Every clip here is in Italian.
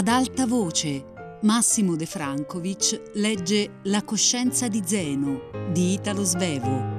Ad alta voce, Massimo De Francovic legge La coscienza di Zeno di Italo Svevo.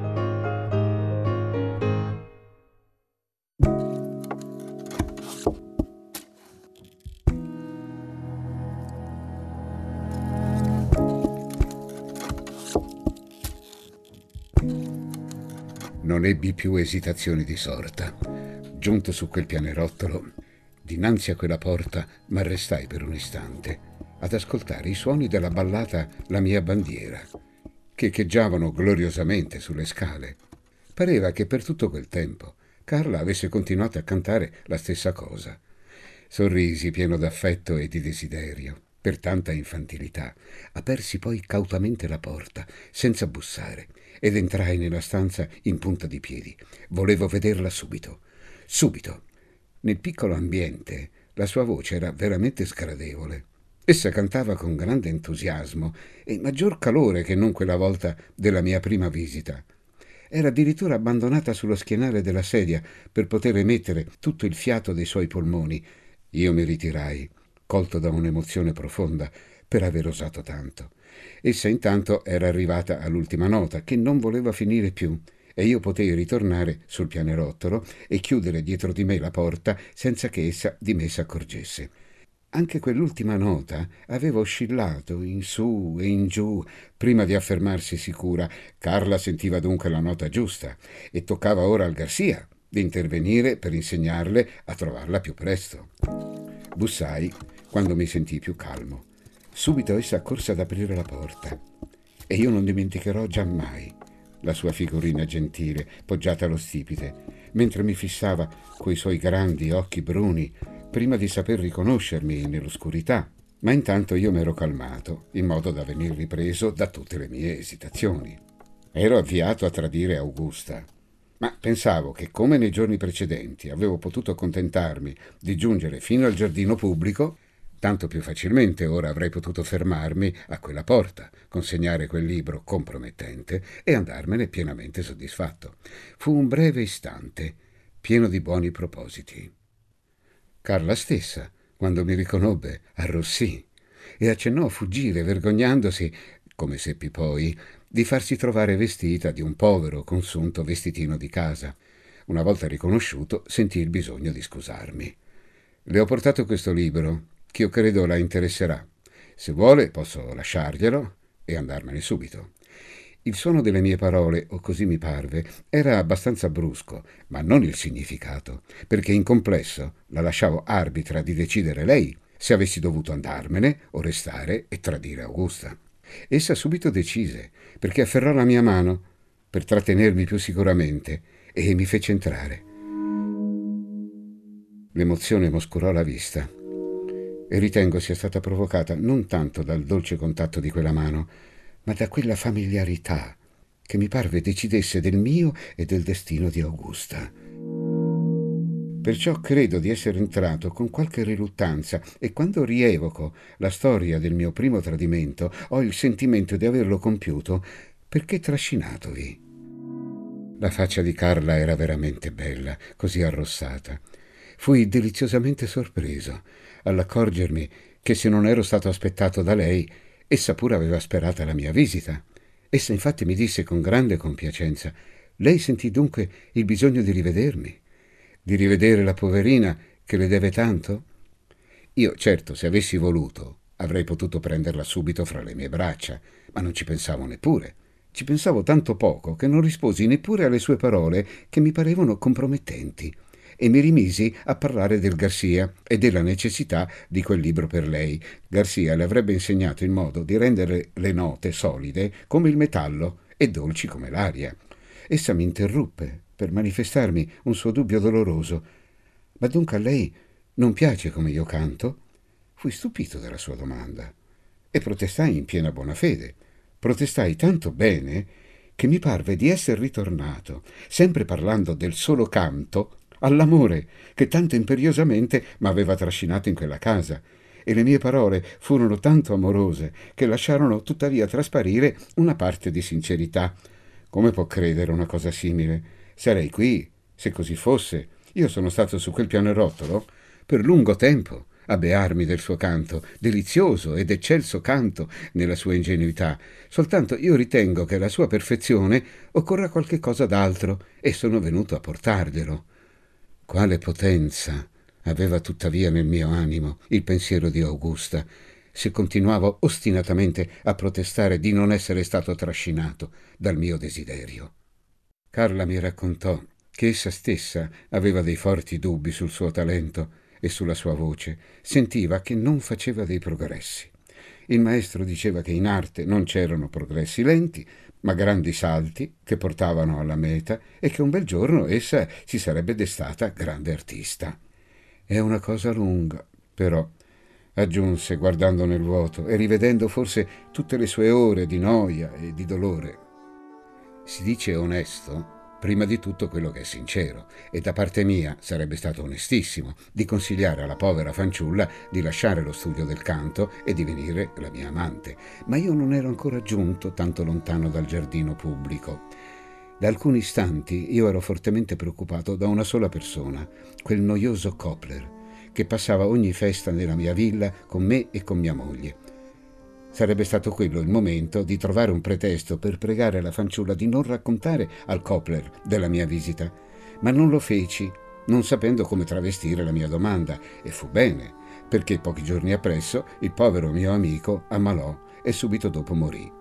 Non ebbi più esitazioni di sorta. Giunto su quel pianerottolo, dinanzi a quella porta m'arrestai per un istante ad ascoltare i suoni della ballata La mia bandiera, che echeggiavano gloriosamente sulle scale. Pareva che per tutto quel tempo Carla avesse continuato a cantare la stessa cosa. Sorrisi pieno d'affetto e di desiderio per tanta infantilità. Apersi poi cautamente la porta, senza bussare, ed entrai nella stanza in punta di piedi. Volevo vederla subito. Subito. Nel piccolo ambiente la sua voce era veramente sgradevole. Essa cantava con grande entusiasmo e maggior calore che non quella volta della mia prima visita. Era addirittura abbandonata sullo schienale della sedia per poter emettere tutto il fiato dei suoi polmoni. Io mi ritirai, colto da un'emozione profonda per aver osato tanto. Essa intanto era arrivata all'ultima nota, che non voleva finire più, e io potei ritornare sul pianerottolo e chiudere dietro di me la porta senza che essa di me s'accorgesse. Anche quell'ultima nota aveva oscillato in su e in giù prima di affermarsi sicura. Carla sentiva dunque la nota giusta e toccava ora al Garcia di intervenire per insegnarle a trovarla più presto. Bussai quando mi sentii più calmo. Subito essa accorse ad aprire la porta e io non dimenticherò giammai la sua figurina gentile poggiata allo stipite, mentre mi fissava coi suoi grandi occhi bruni prima di saper riconoscermi nell'oscurità. Ma intanto io m'ero calmato, in modo da venir ripreso da tutte le mie esitazioni. Ero avviato a tradire Augusta, ma pensavo che, come nei giorni precedenti, avevo potuto contentarmi di giungere fino al giardino pubblico, tanto più facilmente ora avrei potuto fermarmi a quella porta, consegnare quel libro compromettente e andarmene pienamente soddisfatto. Fu un breve istante, pieno di buoni propositi. Carla stessa, quando mi riconobbe, arrossì e accennò a fuggire, vergognandosi, come seppi poi, di farsi trovare vestita di un povero, consunto vestitino di casa. Una volta riconosciuto, sentii il bisogno di scusarmi. Le ho portato questo libro, che io credo la interesserà. Se vuole, posso lasciarglielo e andarmene subito. Il suono delle mie parole, o così mi parve, era abbastanza brusco, ma non il significato, perché in complesso la lasciavo arbitra di decidere lei se avessi dovuto andarmene o restare e tradire Augusta. Essa subito decise, perché afferrò la mia mano per trattenermi più sicuramente e mi fece entrare. L'emozione m'oscurò la vista e ritengo sia stata provocata non tanto dal dolce contatto di quella mano, ma da quella familiarità che mi parve decidesse del mio e del destino di Augusta. Perciò credo di essere entrato con qualche riluttanza e quando rievoco la storia del mio primo tradimento ho il sentimento di averlo compiuto perché trascinatovi. La faccia di Carla era veramente bella, così arrossata. Fui deliziosamente sorpreso all'accorgermi che se non ero stato aspettato da lei, essa pure aveva sperato la mia visita. Essa infatti mi disse con grande compiacenza: «Lei sentì dunque il bisogno di rivedermi? Di rivedere la poverina che le deve tanto?» Io, certo, se avessi voluto, avrei potuto prenderla subito fra le mie braccia, ma non ci pensavo neppure. Ci pensavo tanto poco che non risposi neppure alle sue parole che mi parevano compromettenti e mi rimisi a parlare del Garcia e della necessità di quel libro per lei. Garcia le avrebbe insegnato il modo di rendere le note solide come il metallo e dolci come l'aria. Essa mi interruppe per manifestarmi un suo dubbio doloroso. «Ma dunque a lei non piace come io canto?» Fui stupito dalla sua domanda e protestai in piena buona fede. Protestai tanto bene che mi parve di essere ritornato, sempre parlando del solo canto, all'amore che tanto imperiosamente m'aveva trascinato in quella casa, e le mie parole furono tanto amorose che lasciarono tuttavia trasparire una parte di sincerità. «Come può credere una cosa simile? Sarei qui, se così fosse. Io sono stato su quel pianerottolo per lungo tempo, a bearmi del suo canto, delizioso ed eccelso canto nella sua ingenuità. Soltanto io ritengo che alla sua perfezione occorra qualche cosa d'altro e sono venuto a portarglielo. Quale potenza aveva tuttavia nel mio animo il pensiero di Augusta, se continuavo ostinatamente a protestare di non essere stato trascinato dal mio desiderio. Carla mi raccontò che essa stessa aveva dei forti dubbi sul suo talento e sulla sua voce, sentiva che non faceva dei progressi. Il maestro diceva che in arte non c'erano progressi lenti, ma grandi salti che portavano alla meta e che un bel giorno essa si sarebbe destata grande artista. È una cosa lunga, però, aggiunse guardando nel vuoto e rivedendo forse tutte le sue ore di noia e di dolore. Si dice onesto prima di tutto quello che è sincero, e da parte mia sarebbe stato onestissimo di consigliare alla povera fanciulla di lasciare lo studio del canto e di venire la mia amante, ma io non ero ancora giunto tanto lontano dal giardino pubblico. Da alcuni istanti io ero fortemente preoccupato da una sola persona, quel noioso Copler, che passava ogni festa nella mia villa con me e con mia moglie. Sarebbe stato quello il momento di trovare un pretesto per pregare la fanciulla di non raccontare al Copler della mia visita, ma non lo feci, non sapendo come travestire la mia domanda, e fu bene, perché pochi giorni appresso il povero mio amico ammalò e subito dopo morì.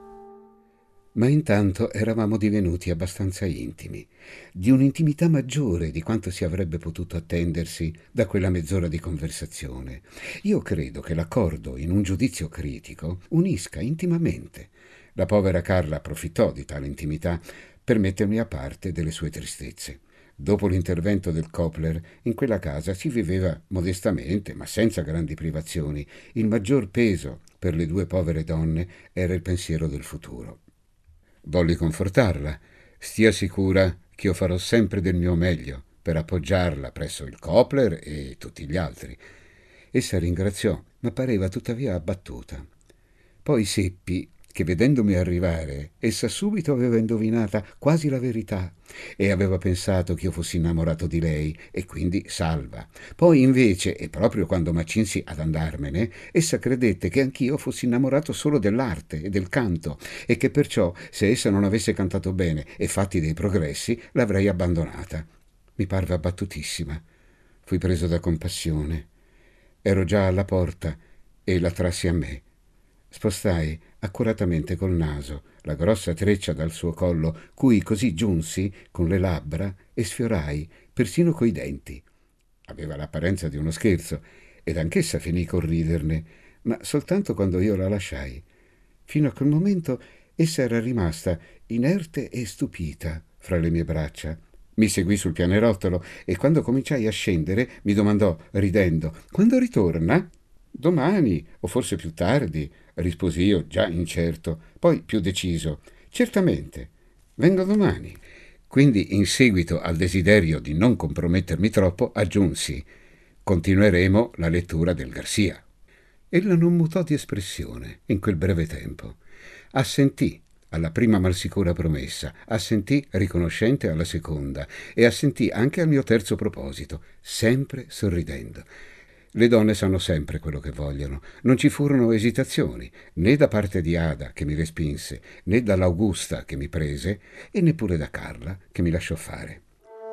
Ma intanto eravamo divenuti abbastanza intimi, di un'intimità maggiore di quanto si avrebbe potuto attendersi da quella mezz'ora di conversazione. Io credo che l'accordo in un giudizio critico unisca intimamente. La povera Carla approfittò di tale intimità per mettermi a parte delle sue tristezze. Dopo l'intervento del Copler, in quella casa si viveva modestamente, ma senza grandi privazioni. Il maggior peso per le due povere donne era il pensiero del futuro. Volli confortarla. Stia sicura che io farò sempre del mio meglio per appoggiarla presso il Copler e tutti gli altri. Essa ringraziò, ma pareva tuttavia abbattuta. Poi seppi che vedendomi arrivare, essa subito aveva indovinata quasi la verità e aveva pensato che io fossi innamorato di lei e quindi salva. Poi invece, e proprio quando m'accinsi ad andarmene, essa credette che anch'io fossi innamorato solo dell'arte e del canto e che perciò, se essa non avesse cantato bene e fatti dei progressi, l'avrei abbandonata. Mi parve abbattutissima. Fui preso da compassione. Ero già alla porta e la trassi a me. Spostai accuratamente col naso la grossa treccia dal suo collo, cui così giunsi con le labbra e sfiorai persino coi denti. Aveva l'apparenza di uno scherzo ed anch'essa finì col riderne, ma soltanto quando io la lasciai. Fino a quel momento essa era rimasta inerte e stupita fra le mie braccia. Mi seguì sul pianerottolo e quando cominciai a scendere mi domandò, ridendo: «Quando ritorna?» «Domani, o forse più tardi», risposi io, già incerto, poi più deciso: «Certamente, vengo domani». Quindi, in seguito al desiderio di non compromettermi troppo, aggiunsi: «Continueremo la lettura del Garcia». Ella non mutò di espressione in quel breve tempo. Assentì alla prima malsicura promessa, assentì riconoscente alla seconda e assentì anche al mio terzo proposito, sempre sorridendo. Le donne sanno sempre quello che vogliono. Non ci furono esitazioni, né da parte di Ada, che mi respinse, né dall'Augusta, che mi prese, e neppure da Carla, che mi lasciò fare.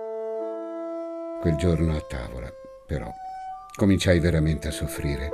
Quel giorno a tavola, però, cominciai veramente a soffrire.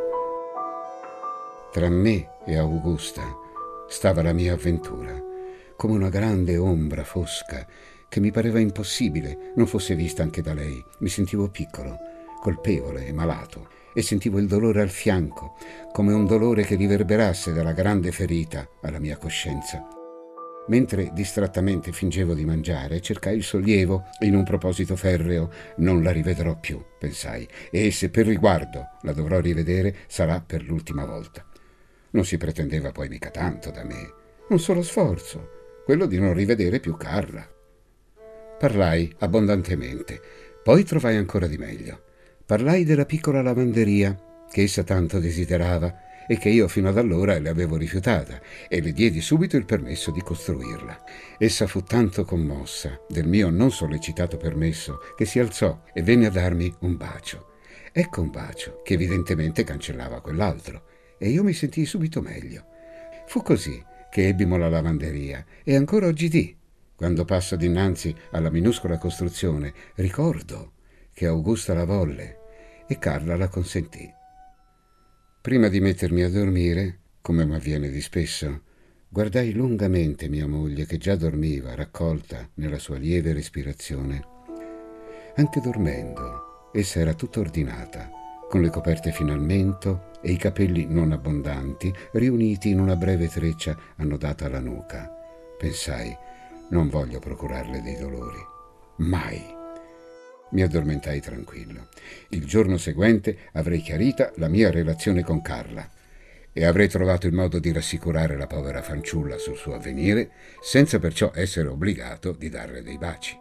Tra me e Augusta stava la mia avventura, come una grande ombra fosca che mi pareva impossibile non fosse vista anche da lei. Mi sentivo piccolo, colpevole e malato, e sentivo il dolore al fianco, come un dolore che riverberasse dalla grande ferita alla mia coscienza. Mentre distrattamente fingevo di mangiare, cercai il sollievo in un proposito ferreo. Non la rivedrò più, pensai, e se per riguardo la dovrò rivedere sarà per l'ultima volta. Non si pretendeva poi mica tanto da me, un solo sforzo, quello di non rivedere più Carla. Parlai abbondantemente, poi trovai ancora di meglio. Parlai della piccola lavanderia che essa tanto desiderava e che io fino ad allora le avevo rifiutata, e le diedi subito il permesso di costruirla. Essa fu tanto commossa del mio non sollecitato permesso che si alzò e venne a darmi un bacio. Ecco un bacio che evidentemente cancellava quell'altro, e io mi sentii subito meglio. Fu così che ebbimo la lavanderia, e ancora oggidì, quando passo dinanzi alla minuscola costruzione, ricordo che Augusta la volle e Carla la consentì. Prima di mettermi a dormire, come m'avviene di spesso, guardai lungamente mia moglie che già dormiva, raccolta nella sua lieve respirazione. Anche dormendo, essa era tutta ordinata, con le coperte fino al mento e i capelli non abbondanti riuniti in una breve treccia annodata alla nuca. Pensai, non voglio procurarle dei dolori. Mai. Mi addormentai tranquillo. Il giorno seguente avrei chiarita la mia relazione con Carla e avrei trovato il modo di rassicurare la povera fanciulla sul suo avvenire, senza perciò essere obbligato di darle dei baci.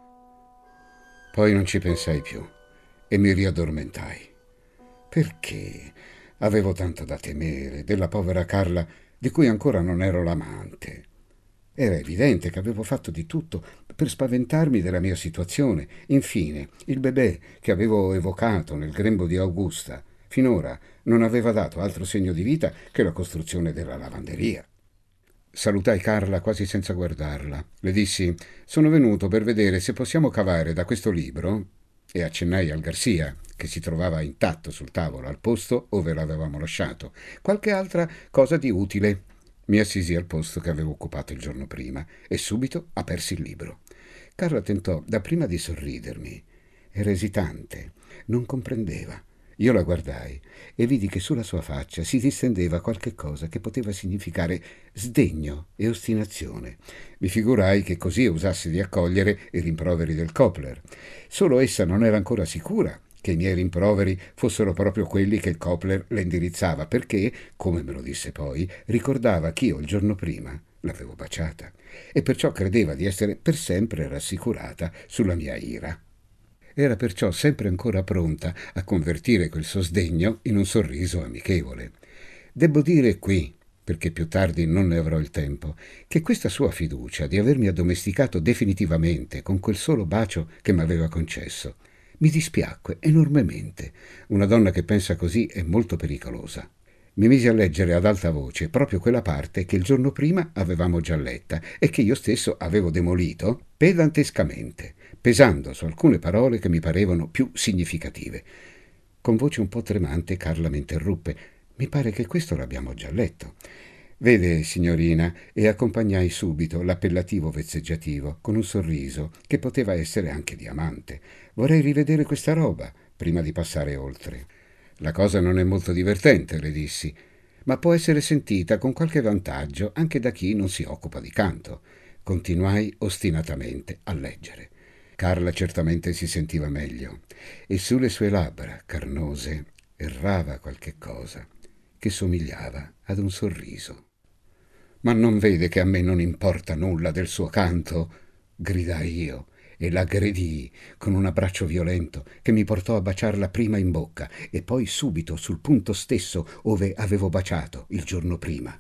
Poi non ci pensai più e mi riaddormentai. Perché avevo tanto da temere della povera Carla, di cui ancora non ero l'amante? Era evidente che avevo fatto di tutto per spaventarmi della mia situazione. Infine, il bebè che avevo evocato nel grembo di Augusta finora non aveva dato altro segno di vita che la costruzione della lavanderia. Salutai Carla quasi senza guardarla. Le dissi: «Sono venuto per vedere se possiamo cavare da questo libro», e accennai al Garcia, che si trovava intatto sul tavolo al posto ove l'avevamo lasciato, «qualche altra cosa di utile». Mi assisi al posto che avevo occupato il giorno prima e subito apersi il libro. Carla tentò dapprima di sorridermi. Era esitante, non comprendeva. Io la guardai e vidi che sulla sua faccia si distendeva qualche cosa che poteva significare sdegno e ostinazione. Mi figurai che così usasse di accogliere i rimproveri del Copler. Solo essa non era ancora sicura che i miei rimproveri fossero proprio quelli che il Copler le indirizzava, perché, come me lo disse poi, ricordava che io il giorno prima l'avevo baciata e perciò credeva di essere per sempre rassicurata sulla mia ira. Era perciò sempre ancora pronta a convertire quel suo sdegno in un sorriso amichevole. Debbo dire qui, perché più tardi non ne avrò il tempo, che questa sua fiducia di avermi addomesticato definitivamente con quel solo bacio che m'aveva concesso mi dispiacque enormemente. Una donna che pensa così è molto pericolosa. Mi misi a leggere ad alta voce proprio quella parte che il giorno prima avevamo già letta e che io stesso avevo demolito pedantescamente, pesando su alcune parole che mi parevano più significative. Con voce un po' tremante Carla mi interruppe: «Mi pare che questo l'abbiamo già letto». «Vede, signorina», e accompagnai subito l'appellativo vezzeggiativo con un sorriso che poteva essere anche di amante. «Vorrei rivedere questa roba prima di passare oltre». «La cosa non è molto divertente», le dissi, «ma può essere sentita con qualche vantaggio anche da chi non si occupa di canto». Continuai ostinatamente a leggere. Carla certamente si sentiva meglio e sulle sue labbra carnose errava qualche cosa che somigliava ad un sorriso. «Ma non vede che a me non importa nulla del suo canto?» gridai io e l'aggredii con un abbraccio violento che mi portò a baciarla prima in bocca e poi subito sul punto stesso ove avevo baciato il giorno prima.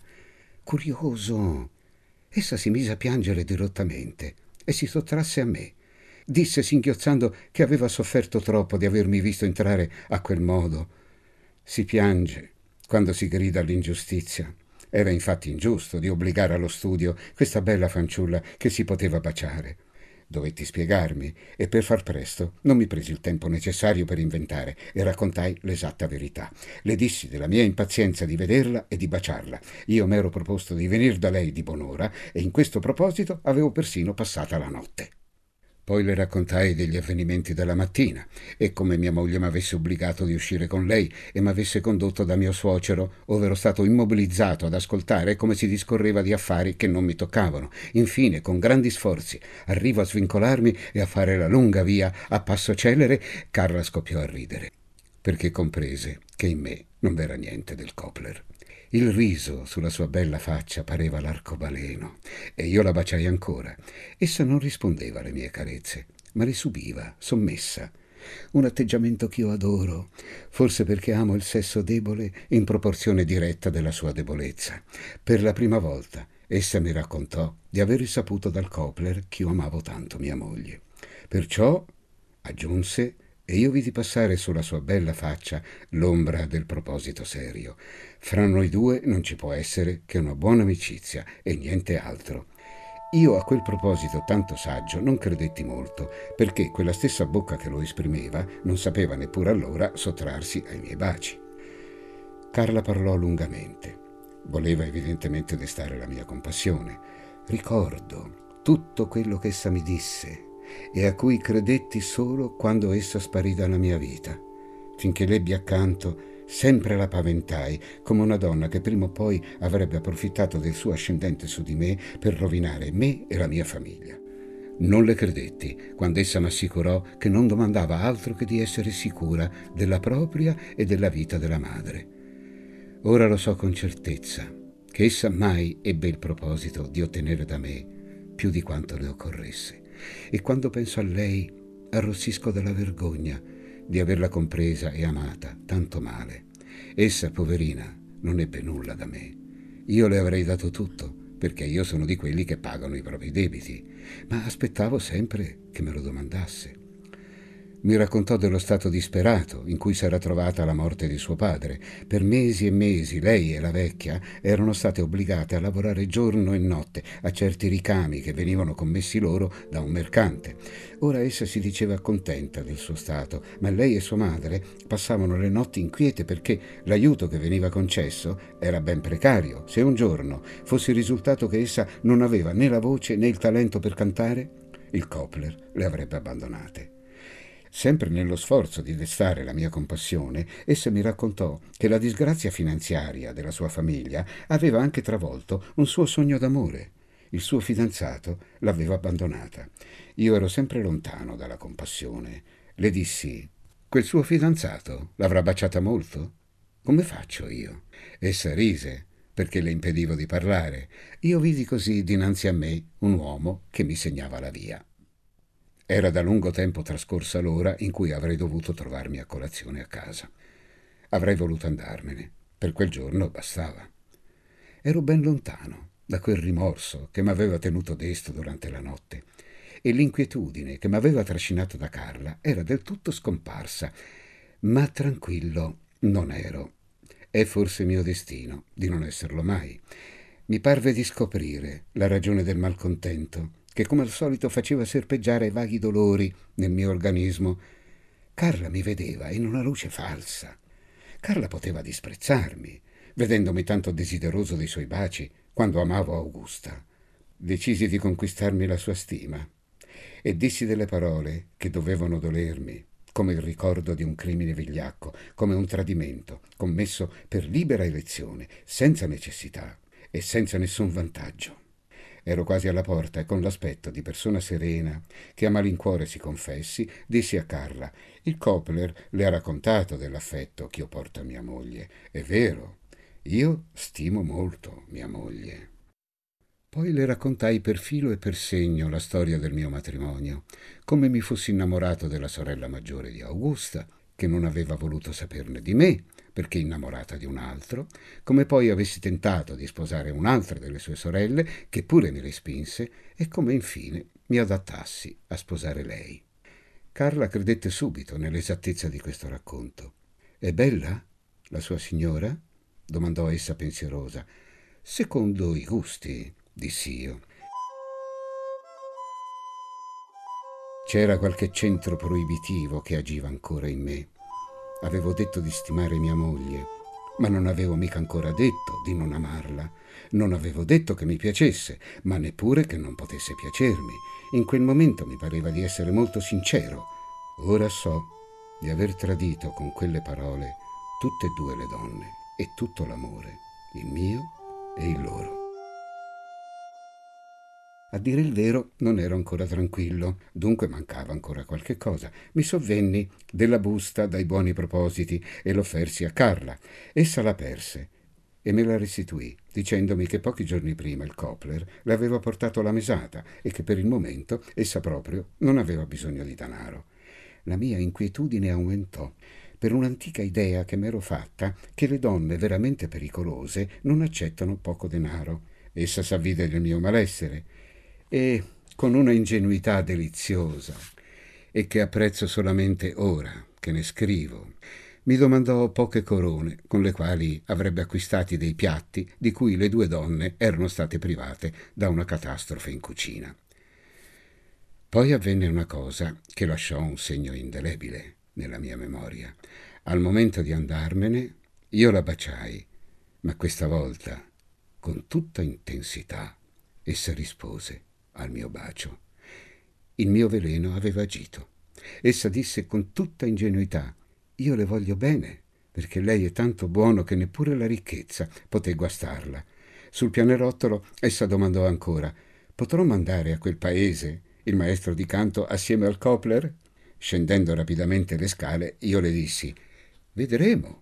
Curioso! Essa si mise a piangere dirottamente e si sottrasse a me. Disse singhiozzando che aveva sofferto troppo di avermi visto entrare a quel modo. Si piange quando si grida all'ingiustizia. Era infatti ingiusto di obbligare allo studio questa bella fanciulla che si poteva baciare. Dovetti spiegarmi e per far presto non mi presi il tempo necessario per inventare e raccontai l'esatta verità. Le dissi della mia impazienza di vederla e di baciarla. Io m'ero proposto di venir da lei di buon'ora e in questo proposito avevo persino passata la notte. Poi le raccontai degli avvenimenti della mattina e come mia moglie m'avesse obbligato di uscire con lei e m'avesse condotto da mio suocero, ove ero stato immobilizzato ad ascoltare come si discorreva di affari che non mi toccavano. Infine, con grandi sforzi, arrivo a svincolarmi e a fare la lunga via a passo celere. Carla scoppiò a ridere, perché comprese che in me non v'era niente del Copler. Il riso sulla sua bella faccia pareva l'arcobaleno e io la baciai ancora. Essa non rispondeva alle mie carezze, ma le subiva, sommessa. Un atteggiamento ch'io adoro, forse perché amo il sesso debole in proporzione diretta della sua debolezza. Per la prima volta essa mi raccontò di aver risaputo dal Copler ch'io amavo tanto mia moglie. Perciò, aggiunse, e io vidi passare sulla sua bella faccia l'ombra del proposito serio. Fra noi due non ci può essere che una buona amicizia e niente altro. Io a quel proposito tanto saggio non credetti molto, perché quella stessa bocca che lo esprimeva non sapeva neppure allora sottrarsi ai miei baci. Carla parlò lungamente. Voleva evidentemente destare la mia compassione. Ricordo tutto quello che essa mi disse e a cui credetti solo quando essa sparì dalla mia vita. Finché l'ebbi accanto, sempre la paventai come una donna che prima o poi avrebbe approfittato del suo ascendente su di me per rovinare me e la mia famiglia. Non le credetti quando essa mi assicurò che non domandava altro che di essere sicura della propria e della vita della madre. Ora lo so con certezza che essa mai ebbe il proposito di ottenere da me più di quanto le occorresse, e quando penso a lei arrossisco dalla vergogna di averla compresa e amata tanto male. Essa, poverina, non ebbe nulla da me. Io le avrei dato tutto, perché io sono di quelli che pagano i propri debiti, ma aspettavo sempre che me lo domandasse. Mi raccontò dello stato disperato in cui s'era trovata alla morte di suo padre. Per mesi e mesi lei e la vecchia erano state obbligate a lavorare giorno e notte a certi ricami che venivano commessi loro da un mercante. Ora essa si diceva contenta del suo stato, ma lei e sua madre passavano le notti inquiete perché l'aiuto che veniva concesso era ben precario. Se un giorno fosse risultato che essa non aveva né la voce né il talento per cantare, il Kopler le avrebbe abbandonate. Sempre nello sforzo di destare la mia compassione, essa mi raccontò che la disgrazia finanziaria della sua famiglia aveva anche travolto un suo sogno d'amore. Il suo fidanzato l'aveva abbandonata. Io ero sempre lontano dalla compassione. Le dissi: quel suo fidanzato l'avrà baciata molto? Come faccio io? Essa rise, perché le impedivo di parlare. Io vidi così dinanzi a me un uomo che mi segnava la via. Era da lungo tempo trascorsa l'ora in cui avrei dovuto trovarmi a colazione a casa. Avrei voluto andarmene. Per quel giorno bastava. Ero ben lontano da quel rimorso che m'aveva tenuto desto durante la notte, e l'inquietudine che m'aveva trascinato da Carla era del tutto scomparsa, ma tranquillo non ero. È forse mio destino di non esserlo mai. Mi parve di scoprire la ragione del malcontento, che come al solito faceva serpeggiare vaghi dolori nel mio organismo. Carla mi vedeva in una luce falsa. Carla poteva disprezzarmi, vedendomi tanto desideroso dei suoi baci quando amavo Augusta. Decisi di conquistarmi la sua stima e dissi delle parole che dovevano dolermi, come il ricordo di un crimine vigliacco, come un tradimento commesso per libera elezione, senza necessità e senza nessun vantaggio. Ero quasi alla porta e con l'aspetto di persona serena che a malincuore si confessi, dissi a Carla: il Kopler le ha raccontato dell'affetto che io porto a mia moglie. È vero, io stimo molto mia moglie. Poi le raccontai per filo e per segno la storia del mio matrimonio, come mi fossi innamorato della sorella maggiore di Augusta, che non aveva voluto saperne di me, perché innamorata di un altro, come poi avessi tentato di sposare un'altra delle sue sorelle, che pure mi respinse, e come infine mi adattassi a sposare lei. Carla credette subito nell'esattezza di questo racconto. «È bella, la sua signora?» domandò essa pensierosa. «Secondo i gusti», dissi io. C'era qualche centro proibitivo che agiva ancora in me. Avevo detto di stimare mia moglie, ma non avevo mica ancora detto di non amarla. Non avevo detto che mi piacesse, ma neppure che non potesse piacermi. In quel momento mi pareva di essere molto sincero. Ora so di aver tradito con quelle parole tutte e due le donne e tutto l'amore, il mio e il loro. A dire il vero, non ero ancora tranquillo, dunque mancava ancora qualche cosa. Mi sovvenni della busta dai buoni propositi e l'offersi a Carla. Essa la perse e me la restituì, dicendomi che pochi giorni prima il Kopler le aveva portato la mesata e che per il momento essa proprio non aveva bisogno di denaro. La mia inquietudine aumentò per un'antica idea che m'ero fatta che le donne veramente pericolose non accettano poco denaro. Essa s'avvide del mio malessere e, con una ingenuità deliziosa e che apprezzo solamente ora che ne scrivo. Mi domandò poche corone con le quali avrebbe acquistati dei piatti di cui le due donne erano state private da una catastrofe in cucina. Poi avvenne una cosa che lasciò un segno indelebile nella mia memoria. Al momento di andarmene, io la baciai, ma questa volta, con tutta intensità, essa rispose al mio bacio. Il mio veleno aveva agito. Essa disse con tutta ingenuità: io le voglio bene, perché lei è tanto buono che neppure la ricchezza poté guastarla. Sul pianerottolo essa domandò ancora: potrò mandare a quel paese il maestro di canto assieme al Kopler? Scendendo rapidamente le scale, io le dissi: vedremo.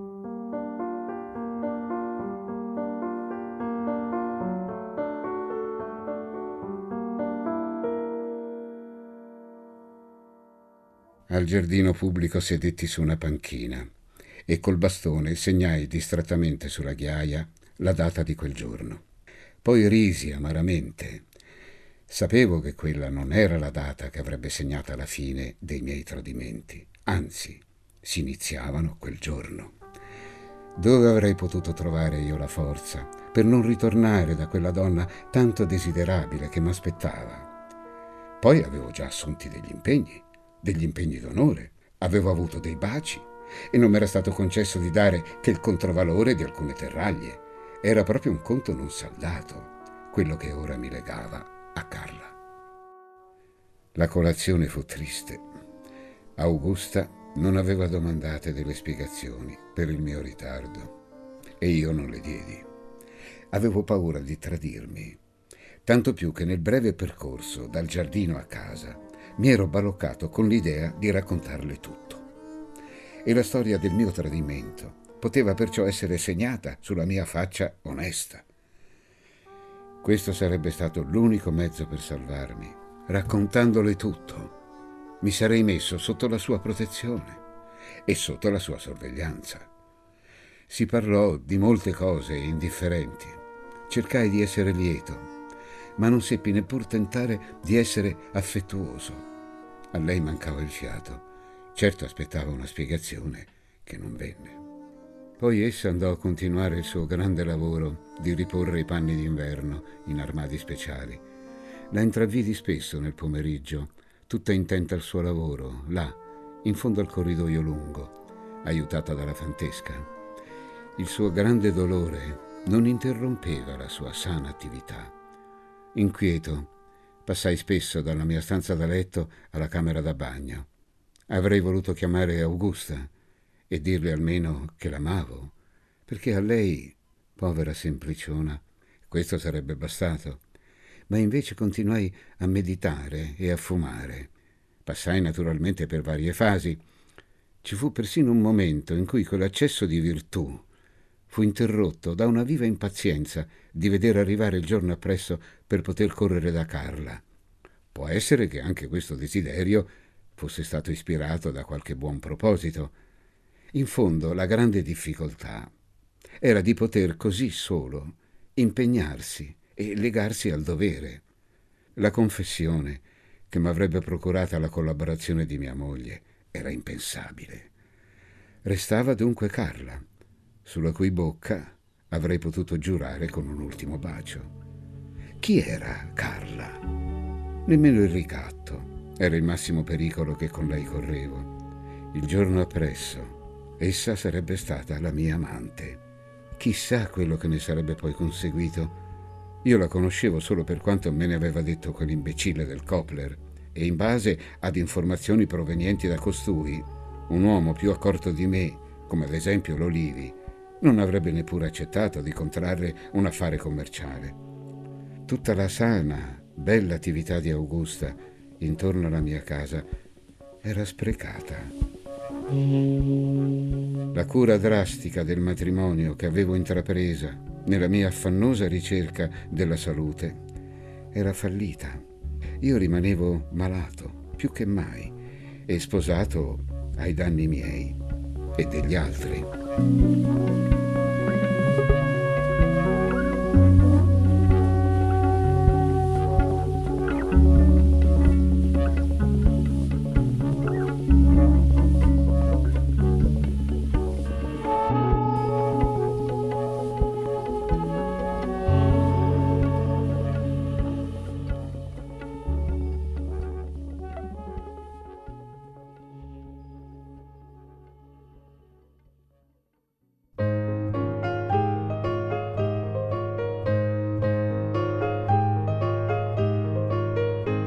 Al giardino pubblico sedetti su una panchina e col bastone segnai distrattamente sulla ghiaia la data di quel giorno. Poi risi amaramente. Sapevo che quella non era la data che avrebbe segnata la fine dei miei tradimenti, anzi, si iniziavano quel giorno. Dove avrei potuto trovare io la forza per non ritornare da quella donna tanto desiderabile che m'aspettava? Poi avevo già assunti degli impegni d'onore, avevo avuto dei baci e non m'era stato concesso di dare che il controvalore di alcune terraglie. Era proprio un conto non saldato, quello che ora mi legava a Carla. La colazione fu triste. Augusta non aveva domandate delle spiegazioni per il mio ritardo e io non le diedi. Avevo paura di tradirmi, tanto più che nel breve percorso dal giardino a casa mi ero baloccato con l'idea di raccontarle tutto. E la storia del mio tradimento poteva perciò essere segnata sulla mia faccia onesta. Questo sarebbe stato l'unico mezzo per salvarmi. Raccontandole tutto, mi sarei messo sotto la sua protezione e sotto la sua sorveglianza. Si parlò di molte cose indifferenti. Cercai di essere lieto, ma non seppi neppur tentare di essere affettuoso. A lei mancava il fiato. Certo aspettava una spiegazione che non venne. Poi essa andò a continuare il suo grande lavoro di riporre i panni d'inverno in armadi speciali. La intravvidi spesso nel pomeriggio, tutta intenta al suo lavoro, là, in fondo al corridoio lungo, aiutata dalla fantesca. Il suo grande dolore non interrompeva la sua sana attività. Inquieto, passai spesso dalla mia stanza da letto alla camera da bagno. Avrei voluto chiamare Augusta e dirle almeno che l'amavo, perché a lei, povera sempliciona, questo sarebbe bastato. Ma invece continuai a meditare e a fumare. Passai naturalmente per varie fasi. Ci fu persino un momento in cui quell'accesso di virtù fu interrotto da una viva impazienza di vedere arrivare il giorno appresso per poter correre da Carla. Può essere che anche questo desiderio fosse stato ispirato da qualche buon proposito. In fondo la grande difficoltà era di poter così solo impegnarsi e legarsi al dovere. La confessione che m'avrebbe procurata la collaborazione di mia moglie era impensabile. Restava dunque Carla, sulla cui bocca avrei potuto giurare con un ultimo bacio. Chi era Carla? Nemmeno il ricatto era il massimo pericolo che con lei correvo. Il giorno appresso essa sarebbe stata la mia amante. Chissà quello che ne sarebbe poi conseguito. Io la conoscevo solo per quanto me ne aveva detto quell'imbecille del Kopler, e in base ad informazioni provenienti da costui, un uomo più accorto di me, come ad esempio l'Olivi, non avrebbe neppure accettato di contrarre un affare commerciale. Tutta la sana, bella attività di Augusta intorno alla mia casa era sprecata. La cura drastica del matrimonio che avevo intrapresa nella mia affannosa ricerca della salute era fallita. Io rimanevo malato più che mai e sposato ai danni miei e degli altri.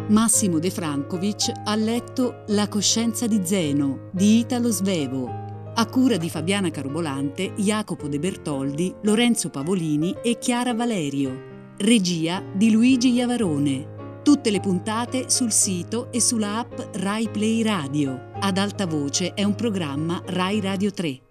Massimo De Francovic ha letto La coscienza di Zeno di Italo Svevo, a cura di Fabiana Carobolante, Jacopo De Bertoldi, Lorenzo Pavolini e Chiara Valerio. Regia di Luigi Iavarone. Tutte le puntate sul sito e sulla app Rai Play Radio. Ad alta voce è un programma Rai Radio 3.